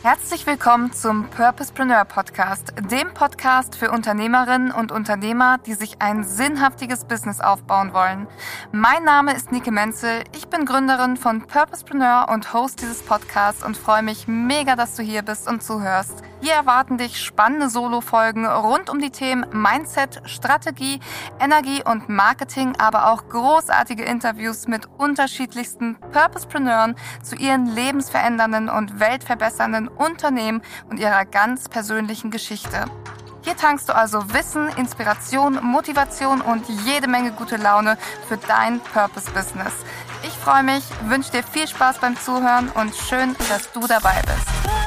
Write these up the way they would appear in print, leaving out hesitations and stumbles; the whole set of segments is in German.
Herzlich willkommen zum Purposepreneur Podcast, dem Podcast für Unternehmerinnen und Unternehmer, die sich ein sinnhaftiges Business aufbauen wollen. Mein Name ist Nike Menzel, ich bin Gründerin von Purposepreneur und Host dieses Podcasts und freue mich mega, dass du hier bist und zuhörst. Hier erwarten dich spannende Solo-Folgen rund um die Themen Mindset, Strategie, Energie und Marketing, aber auch großartige Interviews mit unterschiedlichsten Purposepreneuren zu ihren lebensverändernden und weltverbessernden Unternehmen und ihrer ganz persönlichen Geschichte. Hier tankst du also Wissen, Inspiration, Motivation und jede Menge gute Laune für dein Purpose-Business. Ich freue mich, wünsche dir viel Spaß beim Zuhören und schön, dass du dabei bist.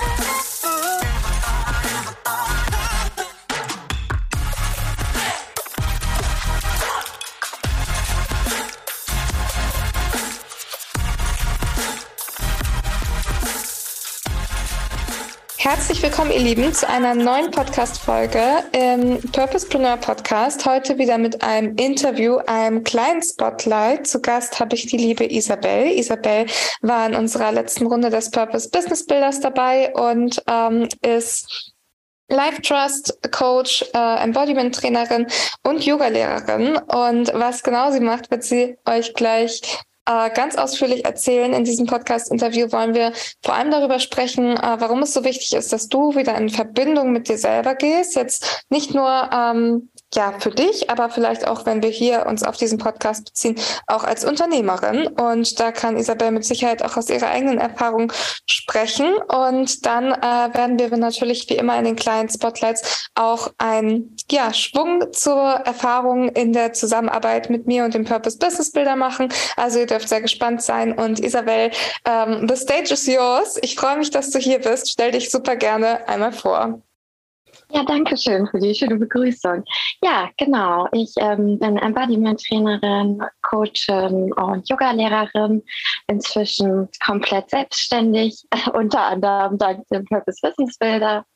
Herzlich willkommen, ihr Lieben, zu einer neuen Podcast-Folge im Purposepreneur Podcast. Heute wieder mit einem Interview, einem kleinen Spotlight. Zu Gast habe ich die liebe Isabel. Isabel war in unserer letzten Runde des Purpose Business Builders dabei und ist Life Trust Coach, Embodiment Trainerin und Yoga-Lehrerin. Und was genau sie macht, wird sie euch gleich ganz ausführlich erzählen. In diesem Podcast-Interview wollen wir vor allem darüber sprechen, warum es so wichtig ist, dass du wieder in Verbindung mit dir selber gehst. Jetzt nicht nur für dich, aber vielleicht auch, wenn wir hier uns auf diesen Podcast beziehen, auch als Unternehmerin. Und da kann Isabel mit Sicherheit auch aus ihrer eigenen Erfahrung sprechen. Und dann werden wir natürlich wie immer in den kleinen Spotlights auch einen Schwung zur Erfahrung in der Zusammenarbeit mit mir und dem Purpose Business Builder machen. Also ihr dürft sehr gespannt sein. Und Isabel, the stage is yours. Ich freue mich, dass du hier bist. Stell dich super gerne einmal vor. Ja, danke schön für die schöne Begrüßung. Ja, genau. Ich bin Embodiment-Trainerin, Coachin und Yoga-Lehrerin. Inzwischen komplett selbstständig, unter anderem dank dem Purpose Business Builder.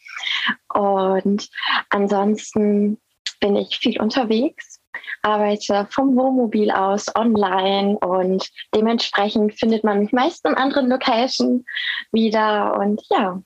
Und ansonsten bin ich viel unterwegs, arbeite vom Wohnmobil aus online und dementsprechend findet man mich meist in anderen Locations wieder und ja.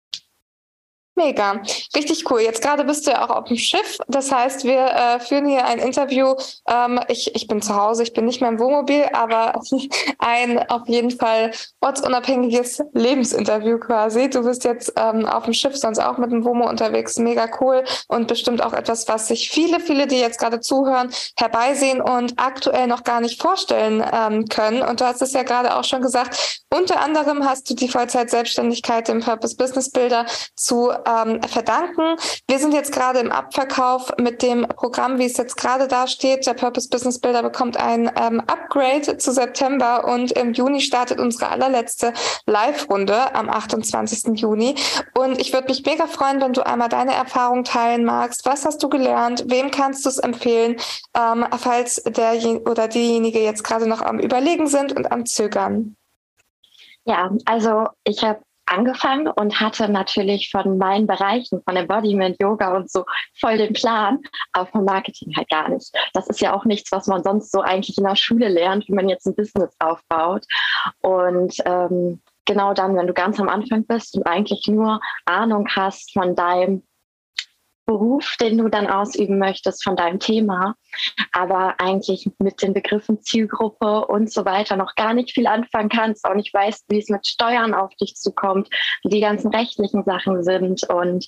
Mega, richtig cool. Jetzt gerade bist du ja auch auf dem Schiff. Das heißt, wir führen hier ein Interview. Ich bin zu Hause, ich bin nicht mehr im Wohnmobil, aber ein auf jeden Fall ortsunabhängiges Lebensinterview quasi. Du bist jetzt auf dem Schiff, sonst auch mit dem Womo unterwegs. Mega cool und bestimmt auch etwas, was sich viele, die jetzt gerade zuhören, herbeisehen und aktuell noch gar nicht vorstellen können. Und du hast es ja gerade auch schon gesagt, unter anderem hast du die Vollzeit-Selbstständigkeit dem Purpose Business Builder zu verdanken. Wir sind jetzt gerade im Abverkauf mit dem Programm, wie es jetzt gerade da steht. Der Purpose Business Builder bekommt ein Upgrade zu September und im Juni startet unsere allerletzte Live-Runde am 28. Juni. Und ich würde mich mega freuen, wenn du einmal deine Erfahrung teilen magst. Was hast du gelernt? Wem kannst du es empfehlen, falls der oder diejenige jetzt gerade noch am Überlegen sind und am Zögern? Ja, also ich habe angefangen und hatte natürlich von meinen Bereichen, von Embodiment, Yoga und so voll den Plan, aber vom Marketing halt gar nicht. Das ist ja auch nichts, was man sonst so eigentlich in der Schule lernt, wie man jetzt ein Business aufbaut. Und genau dann, wenn du ganz am Anfang bist und eigentlich nur Ahnung hast von deinem Beruf, den du dann ausüben möchtest, von deinem Thema, aber eigentlich mit den Begriffen Zielgruppe und so weiter noch gar nicht viel anfangen kannst, auch nicht weißt, wie es mit Steuern auf dich zukommt, wie die ganzen rechtlichen Sachen sind und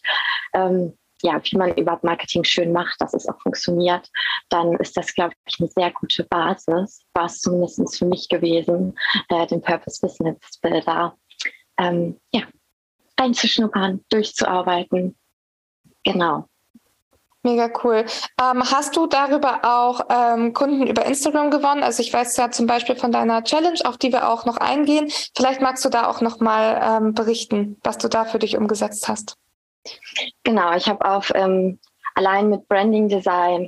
wie man überhaupt Marketing schön macht, dass es auch funktioniert, dann ist das, glaube ich, eine sehr gute Basis, war es zumindest für mich gewesen, den Purpose Business Builder reinzuschnuppern, durchzuarbeiten. Genau. Mega cool. Hast du darüber auch Kunden über Instagram gewonnen? Also ich weiß ja zum Beispiel von deiner Challenge, auf die wir auch noch eingehen. Vielleicht magst du da auch noch mal berichten, was du da für dich umgesetzt hast. Genau, ich habe auf allein mit Branding Design,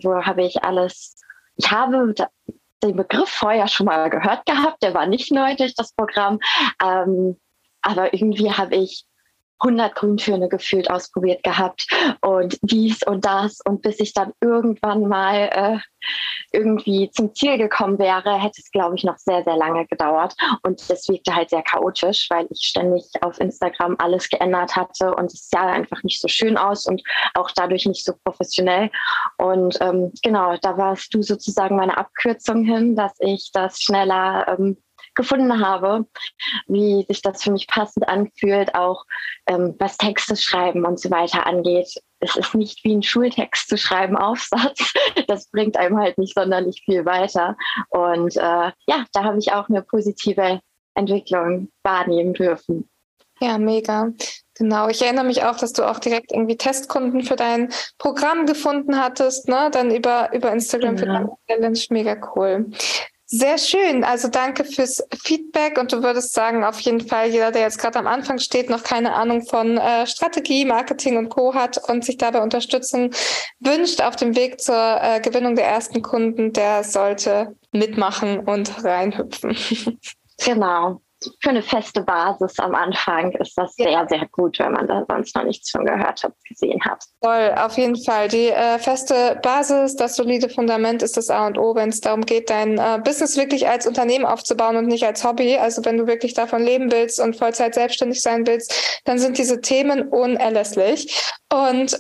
ich habe den Begriff vorher schon mal gehört gehabt, der war nicht neu durch das Programm, aber irgendwie habe ich 100 Grüntöne gefühlt ausprobiert gehabt und dies und das. Und bis ich dann irgendwann mal irgendwie zum Ziel gekommen wäre, hätte es, glaube ich, noch sehr, sehr lange gedauert. Und das wirkte halt sehr chaotisch, weil ich ständig auf Instagram alles geändert hatte und es sah einfach nicht so schön aus und auch dadurch nicht so professionell. Und genau, da warst du sozusagen meine Abkürzung hin, dass ich das schneller gefunden habe, wie sich das für mich passend anfühlt, auch was Texte schreiben und so weiter angeht. Es ist nicht wie ein Schultext zu schreiben, Aufsatz. Das bringt einem halt nicht sonderlich viel weiter. Und da habe ich auch eine positive Entwicklung wahrnehmen dürfen. Ja, mega. Genau. Ich erinnere mich auch, dass du auch direkt irgendwie Testkunden für dein Programm gefunden hattest, ne? Dann über Instagram für deine Challenge. Mega cool. Sehr schön. Also danke fürs Feedback und du würdest sagen, auf jeden Fall jeder, der jetzt gerade am Anfang steht, noch keine Ahnung von Strategie, Marketing und Co. hat und sich dabei Unterstützung wünscht auf dem Weg zur Gewinnung der ersten Kunden, der sollte mitmachen und reinhüpfen. Genau. Für eine feste Basis am Anfang ist das sehr, sehr gut, wenn man da sonst noch nichts von gehört hat, gesehen hat. Toll, auf jeden Fall. Die feste Basis, das solide Fundament ist das A und O, wenn es darum geht, dein Business wirklich als Unternehmen aufzubauen und nicht als Hobby. Also wenn du wirklich davon leben willst und Vollzeit selbstständig sein willst, dann sind diese Themen unerlässlich. Und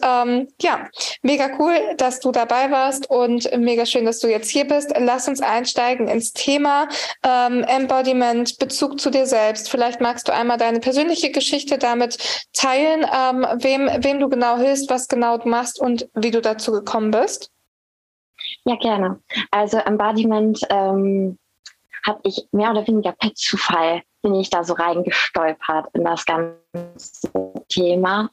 mega cool, dass du dabei warst und mega schön, dass du jetzt hier bist. Lass uns einsteigen ins Thema Embodiment, Bezug zu dir selbst. Vielleicht magst du einmal deine persönliche Geschichte damit teilen, wem du genau hilfst, was genau du machst und wie du dazu gekommen bist. Ja, gerne. Also Embodiment habe ich mehr oder weniger per Zufall bin ich da so reingestolpert in das ganze Thema.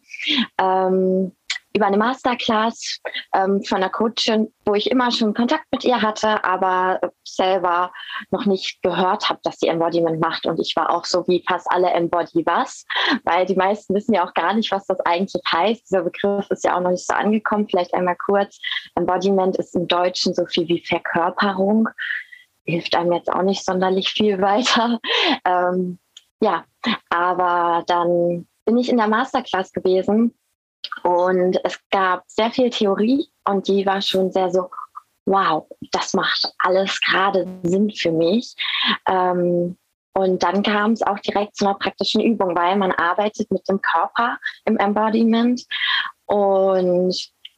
Über eine Masterclass von einer Coachin, wo ich immer schon Kontakt mit ihr hatte, aber selber noch nicht gehört habe, dass sie Embodiment macht. Und ich war auch so wie fast alle Embody was, weil die meisten wissen ja auch gar nicht, was das eigentlich heißt. Dieser Begriff ist ja auch noch nicht so angekommen. Vielleicht einmal kurz. Embodiment ist im Deutschen so viel wie Verkörperung. Hilft einem jetzt auch nicht sonderlich viel weiter. Aber dann bin ich in der Masterclass gewesen und es gab sehr viel Theorie und die war schon sehr so, wow, das macht alles gerade Sinn für mich. Und dann kam es auch direkt zu einer praktischen Übung, weil man arbeitet mit dem Körper im Embodiment und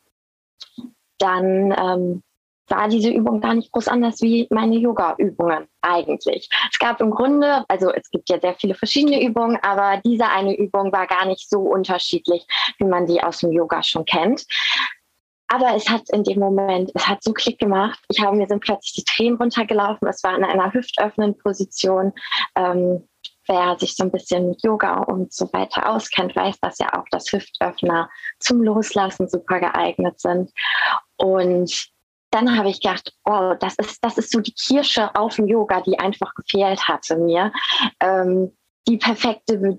dann war diese Übung gar nicht groß anders wie meine Yoga-Übungen eigentlich. Es gab im Grunde, also es gibt ja sehr viele verschiedene Übungen, aber diese eine Übung war gar nicht so unterschiedlich, wie man die aus dem Yoga schon kennt. Aber es hat in dem Moment, es hat so Klick gemacht. Mir sind plötzlich die Tränen runtergelaufen. Es war in einer hüftöffnenden Position. Wer sich so ein bisschen mit Yoga und so weiter auskennt, weiß, dass ja auch das Hüftöffner zum Loslassen super geeignet sind. Und dann habe ich gedacht, oh, das ist so die Kirsche auf dem Yoga, die einfach gefehlt hatte mir. Die perfekte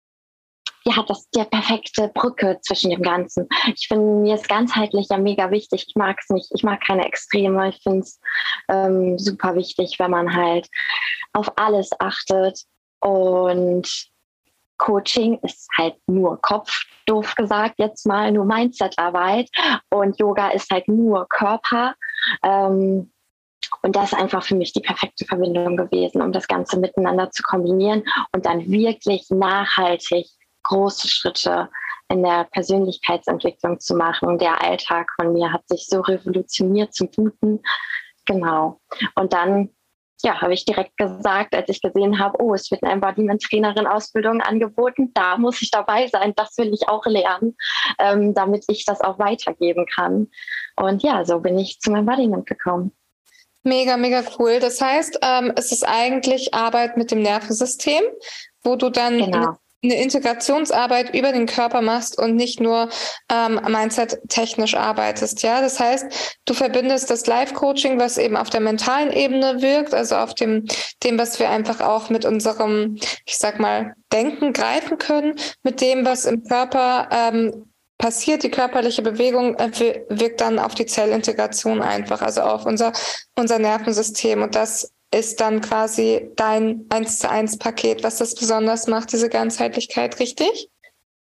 Brücke zwischen dem Ganzen. Ich finde, mir ist ganzheitlich ja mega wichtig. Ich mag es nicht. Ich mag keine Extreme. Ich finde es super wichtig, wenn man halt auf alles achtet. Und Coaching ist halt nur Kopf, doof gesagt, jetzt mal nur Mindset-Arbeit und Yoga ist halt nur Körper. Und das ist einfach für mich die perfekte Verbindung gewesen, um das Ganze miteinander zu kombinieren und dann wirklich nachhaltig große Schritte in der Persönlichkeitsentwicklung zu machen. Der Alltag von mir hat sich so revolutioniert zum Guten. Genau. Und dann habe ich direkt gesagt, als ich gesehen habe, oh, es wird eine Embodiment-Trainerin-Ausbildung angeboten, da muss ich dabei sein, das will ich auch lernen, damit ich das auch weitergeben kann. Und so bin ich zum Embodiment gekommen. Mega, mega cool. Das heißt, es ist eigentlich Arbeit mit dem Nervensystem, wo du dann eine Integrationsarbeit über den Körper machst und nicht nur Mindset-technisch arbeitest. Ja, das heißt, du verbindest das Life-Coaching, was eben auf der mentalen Ebene wirkt, also auf dem, was wir einfach auch mit unserem, ich sag mal, Denken greifen können, mit dem, was im Körper passiert. Die körperliche Bewegung wirkt dann auf die Zellintegration einfach, also auf unser Nervensystem. Und das ist dann quasi dein 1:1 Paket, was das besonders macht, diese Ganzheitlichkeit, richtig?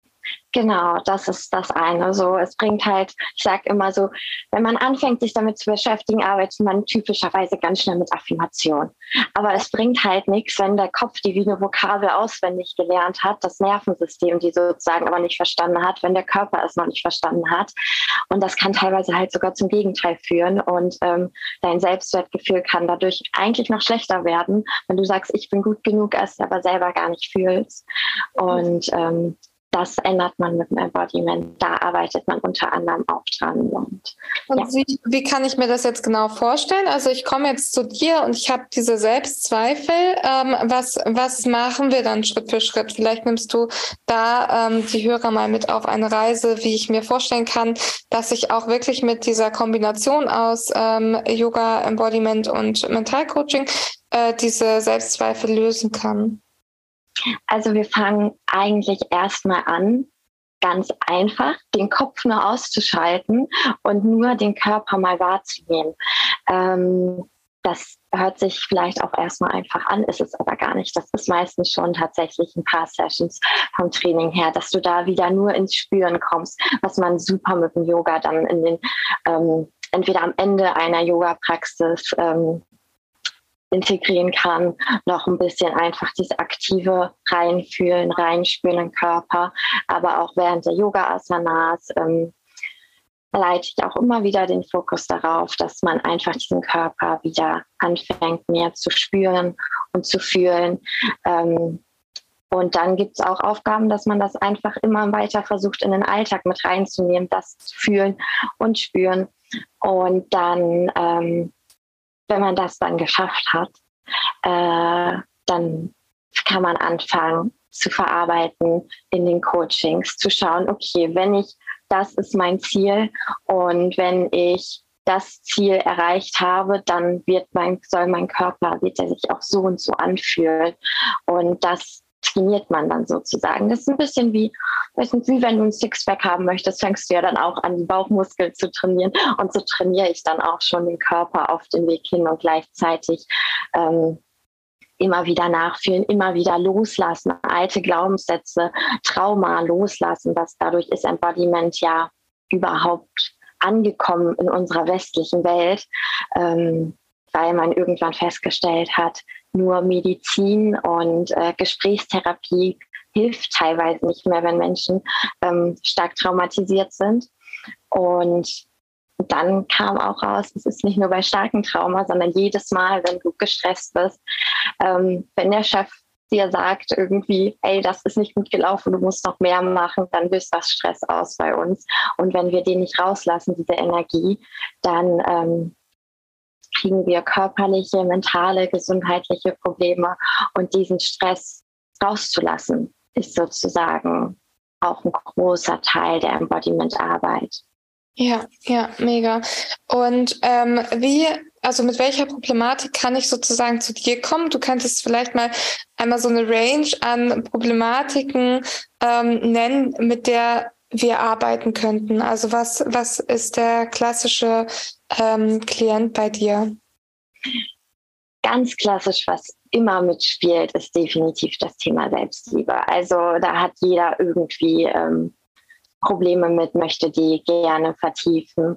Genau, das ist das eine. So, es bringt halt, ich sage immer so, wenn man anfängt, sich damit zu beschäftigen, arbeitet man typischerweise ganz schnell mit Affirmation. Aber es bringt halt nichts, wenn der Kopf die wie eine Vokabel auswendig gelernt hat, das Nervensystem die sozusagen aber nicht verstanden hat, wenn der Körper es noch nicht verstanden hat. Und das kann teilweise halt sogar zum Gegenteil führen. Und dein Selbstwertgefühl kann dadurch eigentlich noch schlechter werden, wenn du sagst, ich bin gut genug, es aber selber gar nicht fühlst. Und das ändert man mit dem Embodiment. Da arbeitet man unter anderem auch dran. Und ja. Wie kann ich mir das jetzt genau vorstellen? Also ich komme jetzt zu dir und ich habe diese Selbstzweifel. Was machen wir dann Schritt für Schritt? Vielleicht nimmst du da die Hörer mal mit auf eine Reise, wie ich mir vorstellen kann, dass ich auch wirklich mit dieser Kombination aus Yoga, Embodiment und Mentalcoaching diese Selbstzweifel lösen kann. Also wir fangen eigentlich erstmal an, ganz einfach, den Kopf nur auszuschalten und nur den Körper mal wahrzunehmen. Das hört sich vielleicht auch erstmal einfach an, ist es aber gar nicht. Das ist meistens schon tatsächlich ein paar Sessions vom Training her, dass du da wieder nur ins Spüren kommst, was man super mit dem Yoga dann in den, entweder am Ende einer Yoga-Praxis integrieren kann, noch ein bisschen einfach dieses aktive Reinfühlen, Reinspüren im Körper, aber auch während der Yoga-Asanas leite ich auch immer wieder den Fokus darauf, dass man einfach diesen Körper wieder anfängt, mehr zu spüren und zu fühlen. Und dann gibt es auch Aufgaben, dass man das einfach immer weiter versucht, in den Alltag mit reinzunehmen, das zu fühlen und spüren. Und dann wenn man das dann geschafft hat, dann kann man anfangen zu verarbeiten in den Coachings, zu schauen, okay, das ist mein Ziel und wenn ich das Ziel erreicht habe, dann wird mein Körper sich auch so und so anfühlen und das trainiert man dann sozusagen. Das ist ein bisschen wie wenn du ein Sixpack haben möchtest, fängst du ja dann auch an, die Bauchmuskeln zu trainieren. Und so trainiere ich dann auch schon den Körper auf den Weg hin und gleichzeitig immer wieder nachfühlen, immer wieder loslassen, alte Glaubenssätze, Trauma loslassen. Dadurch ist Embodiment ja überhaupt angekommen in unserer westlichen Welt, weil man irgendwann festgestellt hat, nur Medizin und Gesprächstherapie hilft teilweise nicht mehr, wenn Menschen stark traumatisiert sind. Und dann kam auch raus, es ist nicht nur bei starkem Trauma, sondern jedes Mal, wenn du gestresst bist, wenn der Chef dir sagt irgendwie, ey, das ist nicht gut gelaufen, du musst noch mehr machen, dann löst das Stress aus bei uns. Und wenn wir den nicht rauslassen, diese Energie, dann kriegen wir körperliche, mentale, gesundheitliche Probleme. Und diesen Stress rauszulassen, ist sozusagen auch ein großer Teil der Embodiment-Arbeit. Ja, mega. Und mit welcher Problematik kann ich sozusagen zu dir kommen? Du könntest vielleicht mal einmal so eine Range an Problematiken nennen, mit der wir arbeiten könnten. Also was ist der klassische Klient bei dir? Ganz klassisch, was immer mitspielt, ist definitiv das Thema Selbstliebe. Also da hat jeder irgendwie Probleme mit, möchte die gerne vertiefen.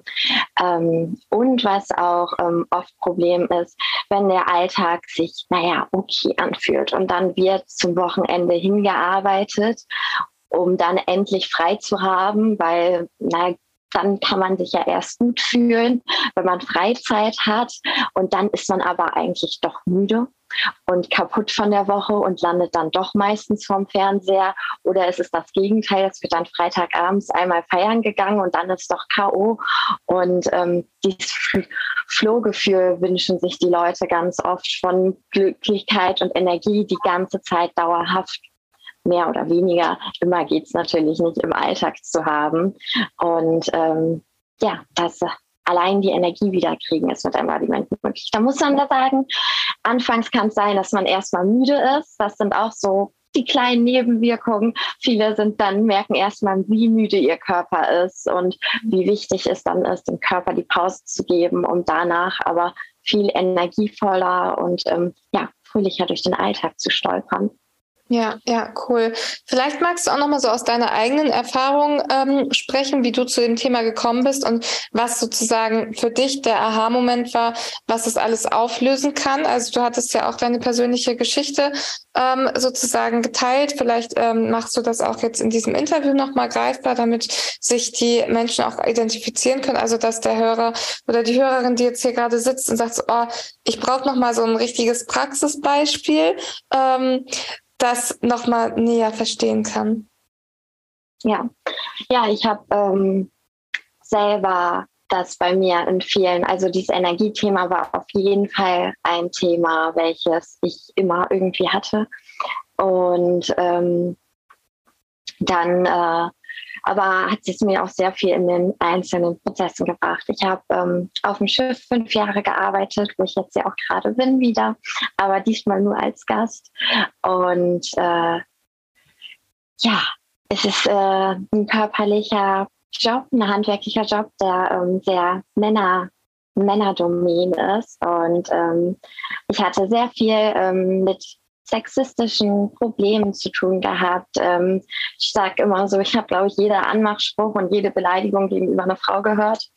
Und was auch oft Problem ist, wenn der Alltag sich, okay anfühlt und dann wird zum Wochenende hingearbeitet, um dann endlich frei zu haben, weil, dann kann man sich ja erst gut fühlen, wenn man Freizeit hat und dann ist man aber eigentlich doch müde und kaputt von der Woche und landet dann doch meistens vorm Fernseher oder es ist das Gegenteil, es wird dann Freitagabends einmal feiern gegangen und dann ist doch K.O. und dieses Flow-Gefühl wünschen sich die Leute ganz oft von Glücklichkeit und Energie die ganze Zeit dauerhaft. Mehr oder weniger, immer geht es natürlich nicht im Alltag zu haben. Und das allein die Energie wiederkriegen ist mit Embodiment möglich. Da muss man da sagen, anfangs kann es sein, dass man erstmal müde ist. Das sind auch so die kleinen Nebenwirkungen. Viele merken erstmal, wie müde ihr Körper ist und wie wichtig es dann ist, dem Körper die Pause zu geben, um danach aber viel energievoller und fröhlicher durch den Alltag zu stolpern. Ja, ja, cool. Vielleicht magst du auch nochmal so aus deiner eigenen Erfahrung sprechen, wie du zu dem Thema gekommen bist und was sozusagen für dich der Aha-Moment war, was es alles auflösen kann. Also du hattest ja auch deine persönliche Geschichte sozusagen geteilt. Vielleicht machst du das auch jetzt in diesem Interview nochmal greifbar, damit sich die Menschen auch identifizieren können. Also dass der Hörer oder die Hörerin, die jetzt hier gerade sitzt und sagt, so, oh, ich brauche nochmal so ein richtiges Praxisbeispiel, das nochmal näher verstehen kann. Ja, ja, ich habe selber das bei mir in vielen, also dieses Energiethema war auf jeden Fall ein Thema, welches ich immer irgendwie hatte. Und dann aber hat es mir auch sehr viel in den einzelnen Prozessen gebracht. Ich habe auf dem Schiff 5 Jahre gearbeitet, wo ich jetzt ja auch gerade bin wieder, aber diesmal nur als Gast. Und ja, es ist ein körperlicher Job, ein handwerklicher Job, der sehr Männerdomain ist. Und ich hatte sehr viel mit sexistischen Problemen zu tun gehabt. Ich sage immer so, ich habe, glaube ich, jeder Anmachspruch und jede Beleidigung gegenüber einer Frau gehört.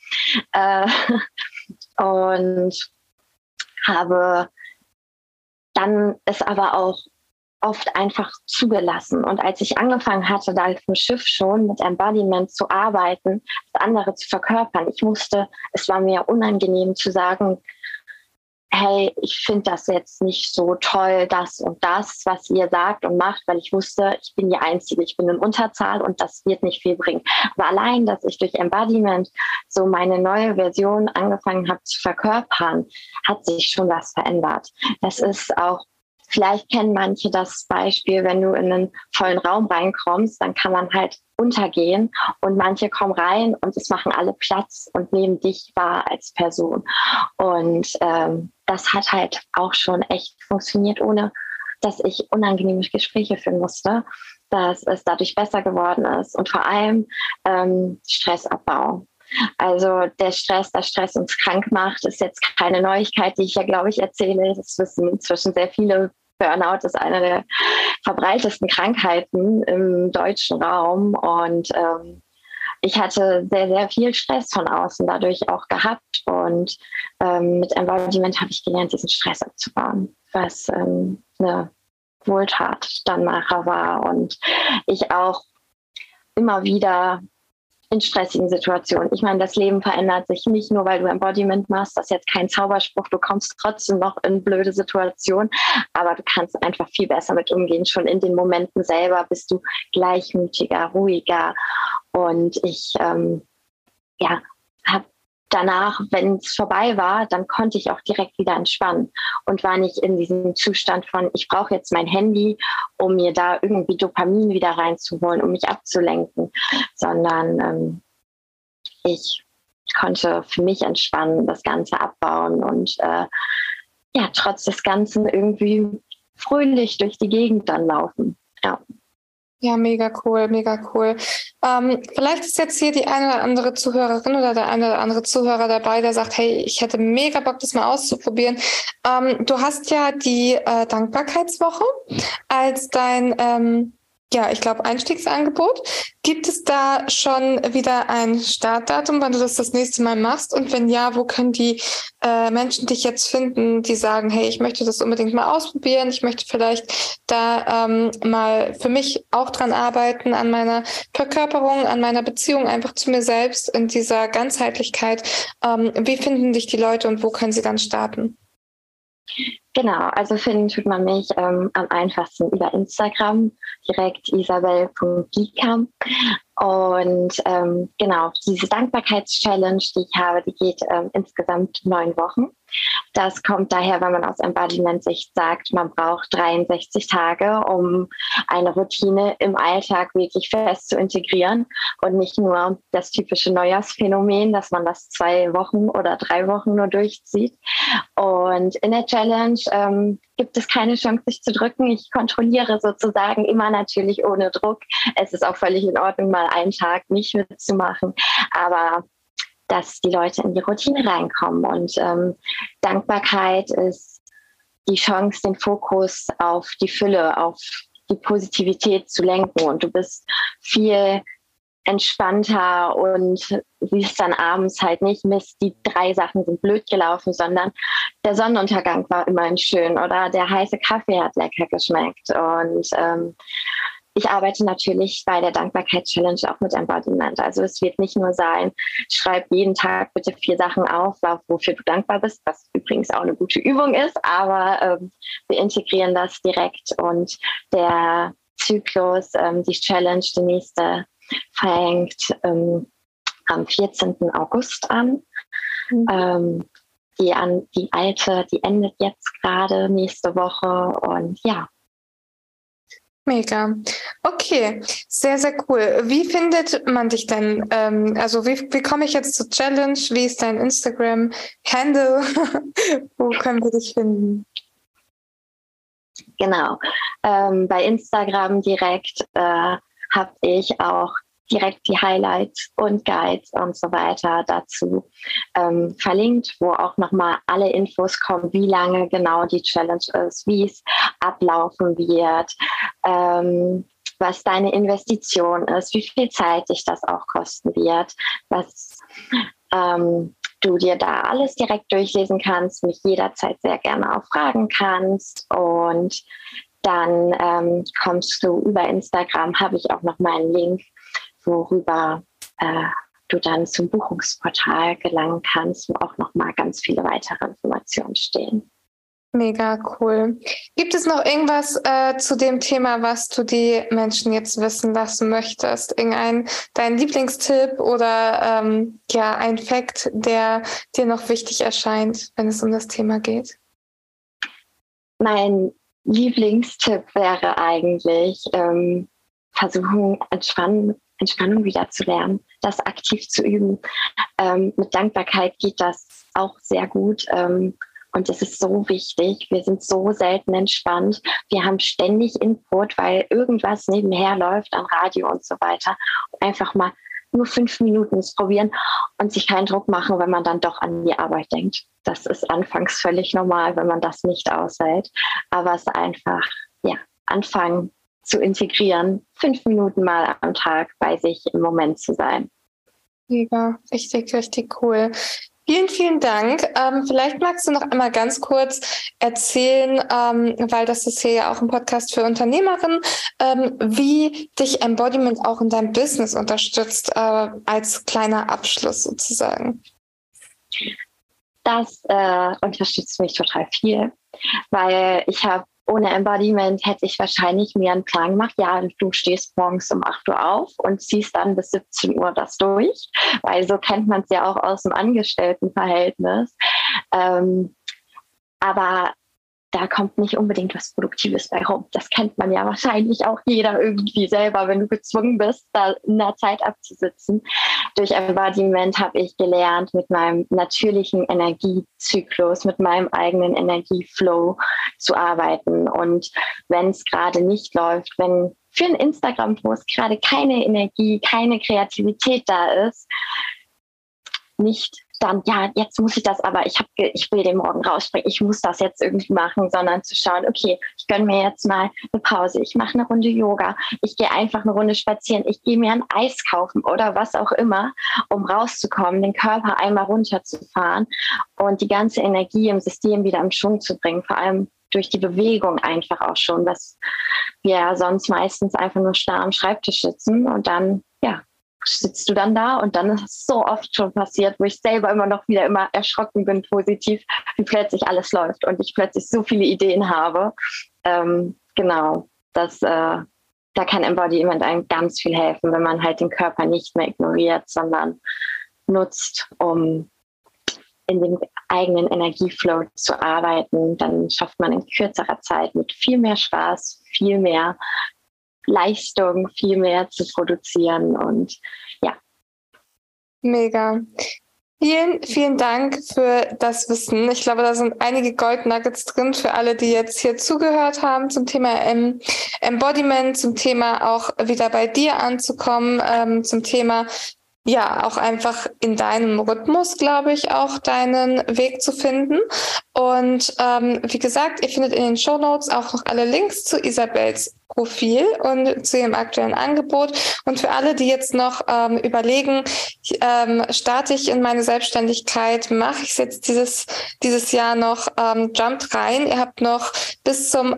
Und habe dann es aber auch oft einfach zugelassen. Und als ich angefangen hatte, da auf dem Schiff schon mit Embodiment zu arbeiten, das andere zu verkörpern, es war mir unangenehm zu sagen, hey, ich finde das jetzt nicht so toll, das und das, was ihr sagt und macht, weil ich wusste, ich bin die Einzige, ich bin in Unterzahl und das wird nicht viel bringen. Aber allein, dass ich durch Embodiment so meine neue Version angefangen habe zu verkörpern, hat sich schon was verändert. Das ist auch, vielleicht kennen manche das Beispiel, wenn du in einen vollen Raum reinkommst, dann kann man halt untergehen und manche kommen rein und es machen alle Platz und nehmen dich wahr als Person. Und das hat halt auch schon echt funktioniert, ohne dass ich unangenehme Gespräche führen musste, dass es dadurch besser geworden ist und vor allem Stressabbau. Also der Stress, dass Stress uns krank macht, ist jetzt keine Neuigkeit, die ich ja, glaube ich, erzähle. Das wissen inzwischen sehr viele. Burnout ist eine der verbreitesten Krankheiten im deutschen Raum. Und ich hatte sehr, sehr viel Stress von außen dadurch auch gehabt. Und mit Embodiment habe ich gelernt, diesen Stress abzubauen, was eine Wohltat dann nachher war. Und ich auch immer wieder in stressigen Situationen. Ich meine, das Leben verändert sich nicht nur, weil du Embodiment machst. Das ist jetzt kein Zauberspruch. Du kommst trotzdem noch in blöde Situationen, aber du kannst einfach viel besser mit umgehen. Schon in den Momenten selber bist du gleichmütiger, ruhiger. Und ich habe danach, wenn es vorbei war, dann konnte ich auch direkt wieder entspannen und war nicht in diesem Zustand von, ich brauche jetzt mein Handy, um mir da irgendwie Dopamin wieder reinzuholen, um mich abzulenken, sondern ich konnte für mich entspannen, das Ganze abbauen und trotz des Ganzen irgendwie fröhlich durch die Gegend dann laufen. Ja. Ja, mega cool, mega cool. Vielleicht ist jetzt hier die eine oder andere Zuhörerin oder der eine oder andere Zuhörer dabei, der sagt, hey, ich hätte mega Bock, das mal auszuprobieren. Du hast ja die Dankbarkeitswoche als dein, ich glaube, Einstiegsangebot. Gibt es da schon wieder ein Startdatum, wann du das nächste Mal machst? Und wenn ja, wo können die Menschen dich jetzt finden, die sagen, hey, ich möchte das unbedingt mal ausprobieren, ich möchte vielleicht da mal für mich auch dran arbeiten, an meiner Verkörperung, an meiner Beziehung einfach zu mir selbst in dieser Ganzheitlichkeit. Wie finden dich die Leute und wo können sie dann starten? Genau, also finden tut man mich am einfachsten über Instagram, direkt isabel.gika. Und genau, diese Dankbarkeitschallenge, die ich habe, die geht insgesamt 9 Wochen. Das kommt daher, wenn man aus Embodiment-Sicht sagt, man braucht 63 Tage, um eine Routine im Alltag wirklich fest zu integrieren und nicht nur das typische Neujahrsphänomen, dass man das 2 Wochen oder 3 Wochen nur durchzieht. Und in der Challenge gibt es keine Chance, sich zu drücken. Ich kontrolliere sozusagen immer natürlich ohne Druck. Es ist auch völlig in Ordnung, mal einen Tag nicht mitzumachen, aber dass die Leute in die Routine reinkommen. Und Dankbarkeit ist die Chance, den Fokus auf die Fülle, auf die Positivität zu lenken und du bist viel entspannter und siehst dann abends halt nicht, Mist, die 3 Sachen sind blöd gelaufen, sondern der Sonnenuntergang war immerhin schön oder der heiße Kaffee hat lecker geschmeckt. Und ich arbeite natürlich bei der Dankbarkeits-Challenge auch mit Embodiment. Also es wird nicht nur sein, schreib jeden Tag bitte 4 Sachen auf, wofür du dankbar bist, was übrigens auch eine gute Übung ist, aber wir integrieren das direkt und der Zyklus, die Challenge, die nächste, fängt am 14. August an. Die alte, die endet jetzt gerade nächste Woche und ja. Mega. Okay, sehr, sehr cool. Wie findet man dich denn? Also wie komme ich jetzt zur Challenge? Wie ist dein Instagram-Handle? Wo können wir dich finden? Genau. Bei Instagram direkt habe ich auch direkt die Highlights und Guides und so weiter dazu verlinkt, wo auch nochmal alle Infos kommen, wie lange genau die Challenge ist, wie es ablaufen wird, was deine Investition ist, wie viel Zeit dich das auch kosten wird, was du dir da alles direkt durchlesen kannst, mich jederzeit sehr gerne auch fragen kannst und dann kommst du über Instagram, habe ich auch noch mal einen Link, worüber du dann zum Buchungsportal gelangen kannst, wo auch noch mal ganz viele weitere Informationen stehen. Mega cool. Gibt es noch irgendwas zu dem Thema, was du die Menschen jetzt wissen lassen möchtest? Dein Lieblingstipp oder ein Fact, der dir noch wichtig erscheint, wenn es um das Thema geht? Mein Lieblingstipp wäre eigentlich, versuchen, Entspannung wieder zu lernen, das aktiv zu üben. Mit Dankbarkeit geht das auch sehr gut. Und es ist so wichtig. Wir sind so selten entspannt. Wir haben ständig Input, weil irgendwas nebenher läuft an Radio und so weiter. Einfach mal nur 5 Minuten probieren und sich keinen Druck machen, wenn man dann doch an die Arbeit denkt. Das ist anfangs völlig normal, wenn man das nicht aushält. Aber es einfach, anfangen zu integrieren, 5 Minuten mal am Tag bei sich im Moment zu sein. Mega, richtig, richtig cool. Vielen, vielen Dank. Vielleicht magst du noch einmal ganz kurz erzählen, weil das ist hier ja auch ein Podcast für Unternehmerinnen, wie dich Embodiment auch in deinem Business unterstützt, als kleiner Abschluss sozusagen. Das unterstützt mich total viel, weil ohne Embodiment hätte ich wahrscheinlich mir einen Plan gemacht. Ja, du stehst morgens um 8 Uhr auf und ziehst dann bis 17 Uhr das durch, weil so kennt man es ja auch aus dem Angestelltenverhältnis. Aber da kommt nicht unbedingt was Produktives bei rum. Das kennt man ja wahrscheinlich auch jeder irgendwie selber, wenn du gezwungen bist, da in der Zeit abzusitzen. Durch Embodiment habe ich gelernt, mit meinem natürlichen Energiezyklus, mit meinem eigenen Energieflow zu arbeiten. Und wenn es gerade nicht läuft, wenn für einen Instagram-Post gerade keine Energie, keine Kreativität da ist, nicht dann, jetzt muss ich das, aber ich will den morgen rausspringen, ich muss das jetzt irgendwie machen, sondern zu schauen, okay, ich gönne mir jetzt mal eine Pause, ich mache eine Runde Yoga, ich gehe einfach eine Runde spazieren, ich gehe mir ein Eis kaufen oder was auch immer, um rauszukommen, den Körper einmal runterzufahren und die ganze Energie im System wieder im Schwung zu bringen, vor allem durch die Bewegung einfach auch schon, was wir sonst meistens einfach nur starr am Schreibtisch sitzen und dann, sitzt du dann da und dann ist es so oft schon passiert, wo ich selber immer erschrocken bin, positiv, wie plötzlich alles läuft und ich plötzlich so viele Ideen habe. Da kann Embodiment einem ganz viel helfen, wenn man halt den Körper nicht mehr ignoriert, sondern nutzt, um in dem eigenen Energieflow zu arbeiten. Dann schafft man in kürzerer Zeit mit viel mehr Spaß, viel mehr Leistung, viel mehr zu produzieren und Mega. Vielen, vielen Dank für das Wissen. Ich glaube, da sind einige Gold Nuggets drin für alle, die jetzt hier zugehört haben zum Thema Embodiment, zum Thema auch wieder bei dir anzukommen, zum Thema auch einfach in deinem Rhythmus, glaube ich, auch deinen Weg zu finden. Und wie gesagt, ihr findet in den Shownotes auch noch alle Links zu Isabels Profil und zu ihrem aktuellen Angebot. Und für alle, die jetzt noch überlegen, starte ich in meine Selbstständigkeit, mache ich es jetzt dieses Jahr noch, jumpt rein. Ihr habt noch bis zum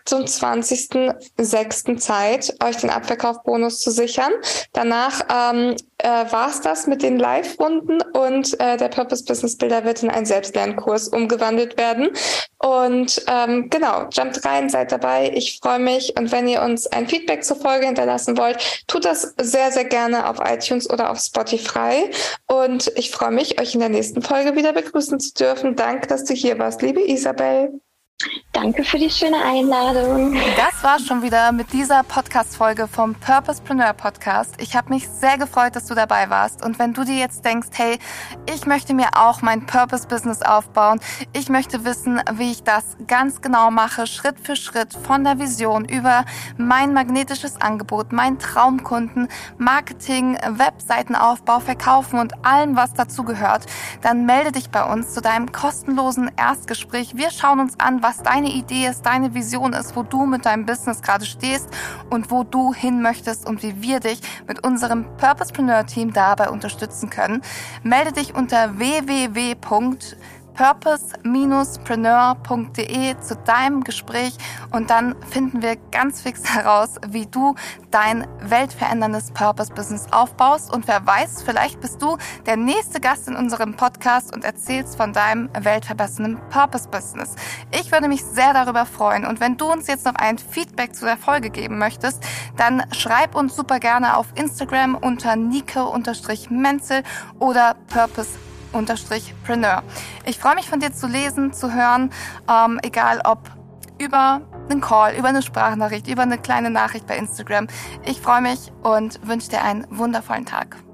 28.06. Zeit, euch den Abverkaufbonus zu sichern. Danach war es das mit den Live-Runden und der Purpose Business Builder wird in einen Selbstlernkurs umgewandelt werden. Und genau, jumpt rein, seid dabei. Ich freue mich. Und wenn ihr uns ein Feedback zur Folge hinterlassen wollt, tut das sehr, sehr gerne auf iTunes oder auf Spotify. Und ich freue mich, euch in der nächsten Folge wieder begrüßen zu dürfen. Danke, dass du hier warst, liebe Isabel. Danke für die schöne Einladung. Das war schon wieder mit dieser Podcast-Folge vom Purposepreneur Podcast. Ich habe mich sehr gefreut, dass du dabei warst. Und wenn du dir jetzt denkst, hey, ich möchte mir auch mein Purpose-Business aufbauen, ich möchte wissen, wie ich das ganz genau mache, Schritt für Schritt, von der Vision über mein magnetisches Angebot, meinen Traumkunden, Marketing, Webseitenaufbau, Verkaufen und allem, was dazu gehört, dann melde dich bei uns zu deinem kostenlosen Erstgespräch. Wir schauen uns an, was deine Idee ist, deine Vision ist, wo du mit deinem Business gerade stehst und wo du hin möchtest und wie wir dich mit unserem Purposepreneur-Team dabei unterstützen können. Melde dich unter www.purpose-preneur.de zu deinem Gespräch und dann finden wir ganz fix heraus, wie du dein weltveränderndes Purpose-Business aufbaust. Und wer weiß, vielleicht bist du der nächste Gast in unserem Podcast und erzählst von deinem weltverbessernden Purpose-Business. Ich würde mich sehr darüber freuen. Und wenn du uns jetzt noch ein Feedback zu der Folge geben möchtest, dann schreib uns super gerne auf Instagram unter Nike_Menzel oder Purpose_Preneur. Ich freue mich, von dir zu lesen, zu hören, egal ob über einen Call, über eine Sprachnachricht, über eine kleine Nachricht bei Instagram. Ich freue mich und wünsche dir einen wundervollen Tag.